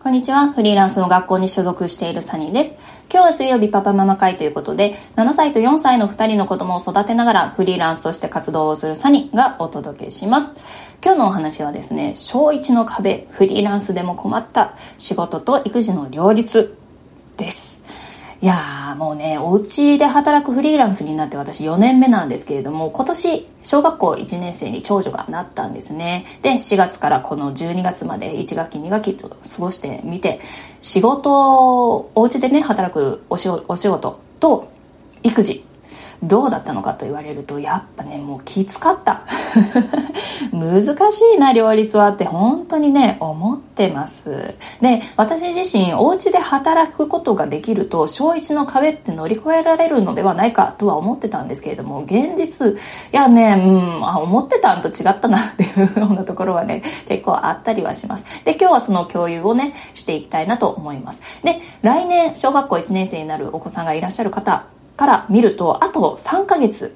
こんにちは。フリーランスの学校に所属しているサニーです。今日は水曜日パパママ会ということで、7歳と4歳の2人の子供を育てながらフリーランスとして活動をするサニーがお届けします。今日のお話はですね、小1の壁、フリーランスでも困った仕事と育児の両立です。いやーもうね、お家で働くフリーランスになって私4年目なんですけれども、今年小学校1年生に長女がなったんですね。で、4月からこの12月まで1学期2学期と過ごしてみて、仕事、お家でね働くお仕事と育児どうだったのかと言われると、やっぱねもうきつかった難しいな両立はって本当にね思ってます。で、私自身お家で働くことができると小1の壁って乗り越えられるのではないかとは思ってたんですけれども、現実思ってたんと違ったなっていうようなところはね結構あったりはします。で、今日はその共有をねしていきたいなと思います。で、来年小学校1年生になるお子さんがいらっしゃる方から見ると、あと3ヶ月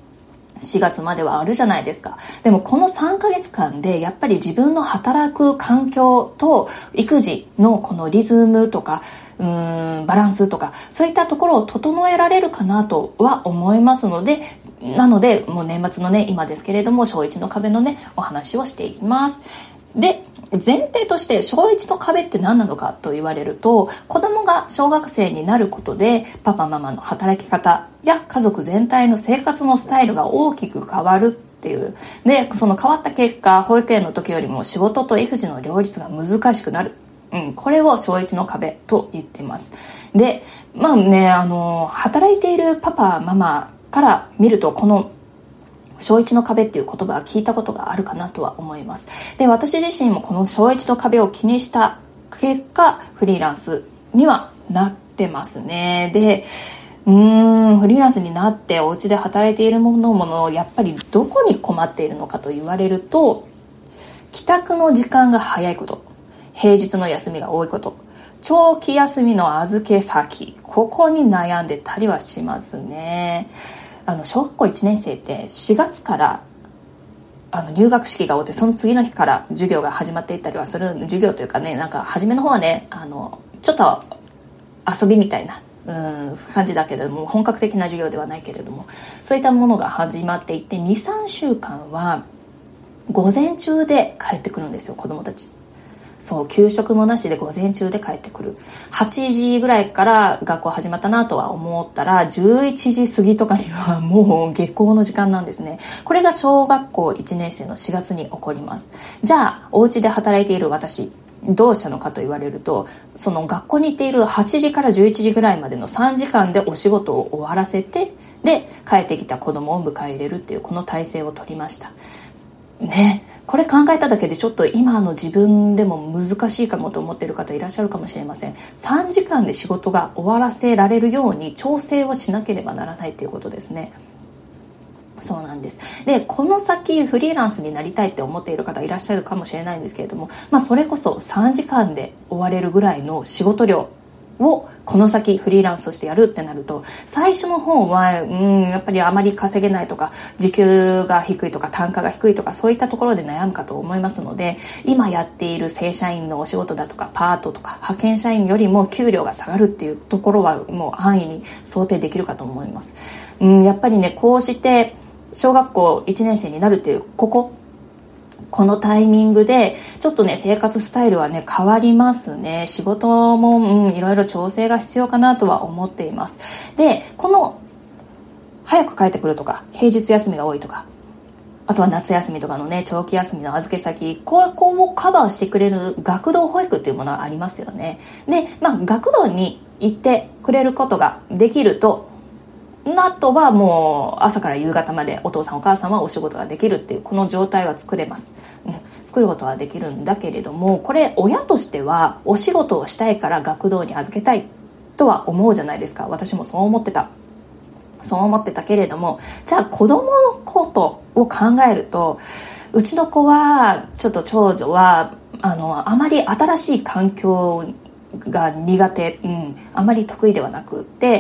4月まではあるじゃないですか。でもこの3ヶ月間でやっぱり自分の働く環境と育児のこのリズムとかバランスとかそういったところを整えられるかなとは思いますので、なのでもう年末のね今ですけれども小1の壁のねお話をしていきます。で、前提として小1の壁って何なのかと言われると、子供が小学生になることでパパママの働き方や家族全体の生活のスタイルが大きく変わるっていう。で、その変わった結果、保育園の時よりも仕事と育児の両立が難しくなる。これを小1の壁と言っています。で、働いているパパママから見ると、この小1の壁っていう言葉は聞いたことがあるかなとは思います。で、私自身もこの小1の壁を気にした結果フリーランスにはなってますね。で、フリーランスになってお家で働いているものやっぱりどこに困っているのかと言われると、帰宅の時間が早いこと、平日の休みが多いこと、長期休みの預け先、ここに悩んでたりはしますね。小学校1年生って4月から入学式が終わって、その次の日から授業が始まっていったりはする。授業というかね、なんか初めの方はねちょっと遊びみたいな感じだけれども、本格的な授業ではないけれども、そういったものが始まっていって 2,3 週間は午前中で帰ってくるんですよ、子供たち。そう、給食もなしで午前中で帰ってくる。8時ぐらいから学校始まったなとは思ったら、11時過ぎとかにはもう下校の時間なんですね。これが小学校1年生の4月に起こります。じゃあお家で働いている私どうしたのかと言われると、その学校に行っている8時から11時ぐらいまでの3時間でお仕事を終わらせて、で帰ってきた子供を迎え入れるっていうこの体制を取りましたね。これ考えただけでちょっと今の自分でも難しいかもと思っている方いらっしゃるかもしれません。3時間で仕事が終わらせられるように調整をしなければならないということですね。そうなんです。で、この先フリーランスになりたいって思っている方いらっしゃるかもしれないんですけれども、それこそ3時間で終われるぐらいの仕事量をこの先フリーランスとしてやるってなると、最初の方はやっぱりあまり稼げないとか、時給が低いとか単価が低いとか、そういったところで悩むかと思いますので、今やっている正社員のお仕事だとかパートとか派遣社員よりも給料が下がるっていうところはもう安易に想定できるかと思います。やっぱりね、こうして小学校1年生になるっていうこのタイミングでちょっとね生活スタイルはね変わりますね。仕事もいろいろ調整が必要かなとは思っています。で、この早く帰ってくるとか平日休みが多いとか、あとは夏休みとかのね長期休みの預け先、ここをカバーしてくれる学童保育っていうものがありますよね。で、学童に行ってくれることができると、あとはもう朝から夕方までお父さんお母さんはお仕事ができるっていうこの状態は作れます。作ることはできるんだけれども、これ親としてはお仕事をしたいから学童に預けたいとは思うじゃないですか。私もそう思ってたけれども、じゃあ子供のことを考えると、うちの子はちょっと長女はあまり新しい環境が苦手、あまり得意ではなくって、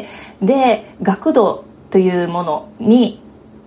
で学童というものに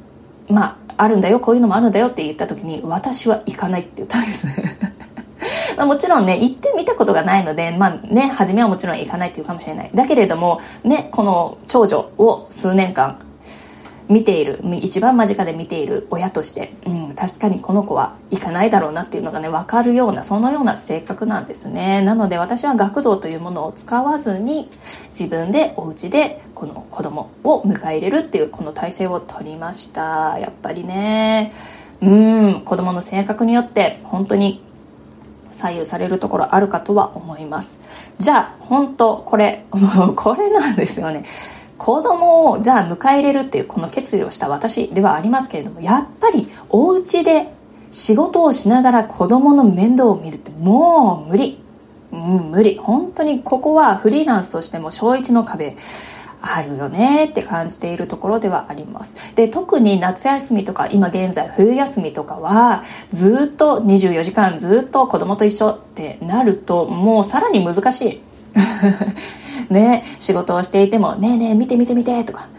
あるんだよ、こういうのもあるんだよって言った時に、私は行かないって言ったんですもちろんね、行ってみたことがないので、初めはもちろん行かないっていうかもしれない。だけれども、ね、この長女を数年間見ている、一番間近で見ている親として、確かにこの子は行かないだろうなっていうのがね、分かるような、そのような性格なんですね。なので私は学童というものを使わずに、自分でお家でこの子供を迎え入れるっていうこの体制を取りました。やっぱりね、子供の性格によって本当に左右されるところあるかとは思います。じゃあ本当これなんですよね。子供をじゃあ迎え入れるっていうこの決意をした私ではありますけれども、やっぱりお家で仕事をしながら子供の面倒を見るってもう無理、無理。本当にここはフリーランスとしても小1の壁あるよねって感じているところではあります。で、特に夏休みとか今現在冬休みとかはずっと24時間ずっと子供と一緒ってなると、もうさらに難しいね、仕事をしていてもねえねえ見てとか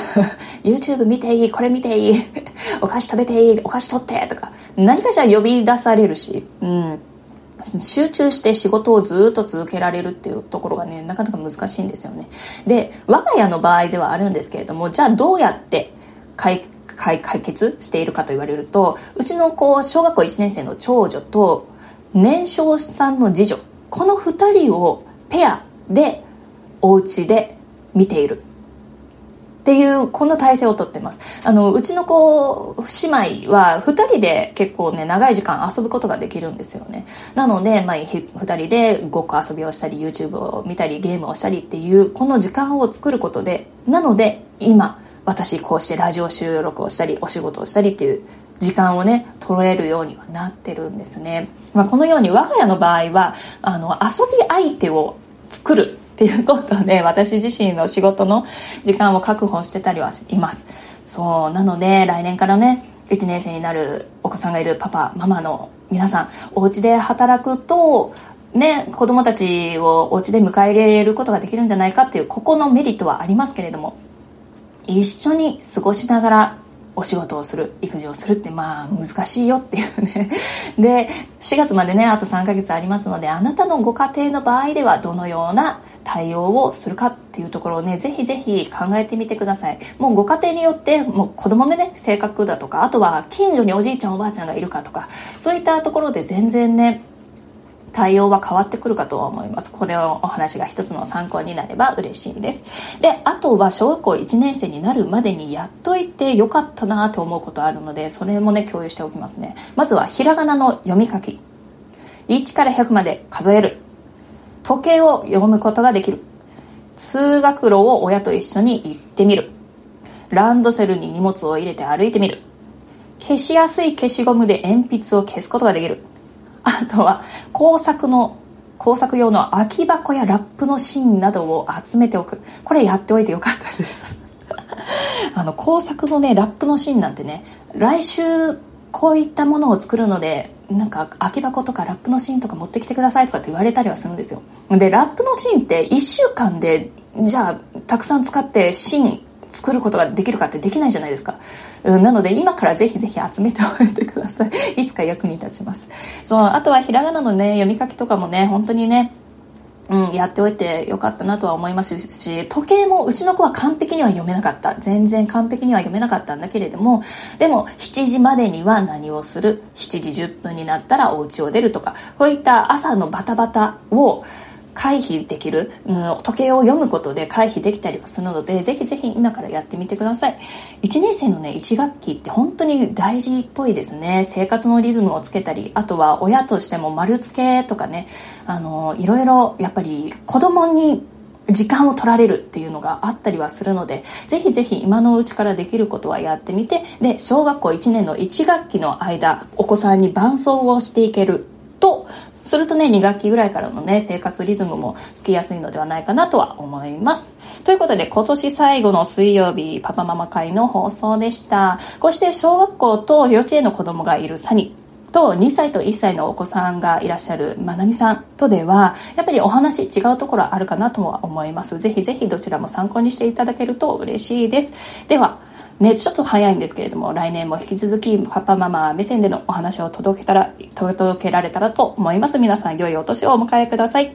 YouTube 見ていい、これ見ていいお菓子食べていい、お菓子取ってとか何かしら呼び出されるし、集中して仕事をずっと続けられるっていうところがね、なかなか難しいんですよね。で、我が家の場合ではあるんですけれども、じゃあどうやって解決しているかと言われると、うちの子小学校1年生の長女と年少さんの次女、この2人をペアでお家で見ているっていうこの体制をとってます。うちの子姉妹は2人で結構ね長い時間遊ぶことができるんですよね。なので、2人でごっこ遊びをしたり YouTube を見たりゲームをしたりっていうこの時間を作ることで、なので今私こうしてラジオ収録をしたりお仕事をしたりっていう時間をね取れるようにはなってるんですね。このように我が家の場合は遊び相手を作るっていうことで、私自身の仕事の時間を確保してたりはします。そうなので来年からね1年生になるお子さんがいるパパママの皆さん、お家で働くとね、子供たちをお家で迎え入れることができるんじゃないかっていうここのメリットはありますけれども、一緒に過ごしながらお仕事をする、育児をするって難しいよっていうね。で、4月までねあと3ヶ月ありますので、あなたのご家庭の場合ではどのような対応をするかっていうところをね、ぜひぜひ考えてみてください。もうご家庭によってもう子供のね性格だとか、あとは近所におじいちゃんおばあちゃんがいるかとか、そういったところで全然ね対応は変わってくるかとは思います。これをお話が一つの参考になれば嬉しいです。で、あとは小学校1年生になるまでにやっといてよかったなと思うことあるので、それもね共有しておきますね。まずはひらがなの読み書き、1から100まで数える、時計を読むことができる、通学路を親と一緒に行ってみる、ランドセルに荷物を入れて歩いてみる、消しやすい消しゴムで鉛筆を消すことができる、あとは工作用の空き箱やラップの芯などを集めておく。これやっておいてよかったです工作のねラップの芯なんてね、来週こういったものを作るのでなんか空き箱とかラップの芯とか持ってきてくださいとかって言われたりはするんですよ。で、ラップの芯って1週間でじゃあたくさん使って芯作ることができるかってできないじゃないですか。なので今からぜひぜひ集めておいてください。いつか役に立ちます。そう、あとはひらがなのね読み書きとかもね本当にねやっておいてよかったなとは思いますし、時計もうちの子は完璧には読めなかった。全然完璧には読めなかったんだけれども、でも7時までには何をする、7時10分になったらお家を出るとか、こういった朝のバタバタを回避できる、時計を読むことで回避できたりはするので、ぜひぜひ今からやってみてください。1年生のね1学期って本当に大事っぽいですね。生活のリズムをつけたり、あとは親としても丸付けとかね、いろいろやっぱり子供に時間を取られるっていうのがあったりはするので、ぜひぜひ今のうちからできることはやってみて、で小学校1年の1学期の間お子さんに伴走をしていけるとするとね、2学期ぐらいからのね生活リズムもつきやすいのではないかなとは思います。ということで今年最後の水曜日パパママ会の放送でした。こうして小学校と幼稚園の子供がいるサニと2歳と1歳のお子さんがいらっしゃるまなみさんとではやっぱりお話違うところあるかなとは思います。ぜひぜひどちらも参考にしていただけると嬉しいです。ではね、ちょっと早いんですけれども、来年も引き続きパパママ目線でのお話を届けられたらと思います。皆さん良いお年をお迎えください。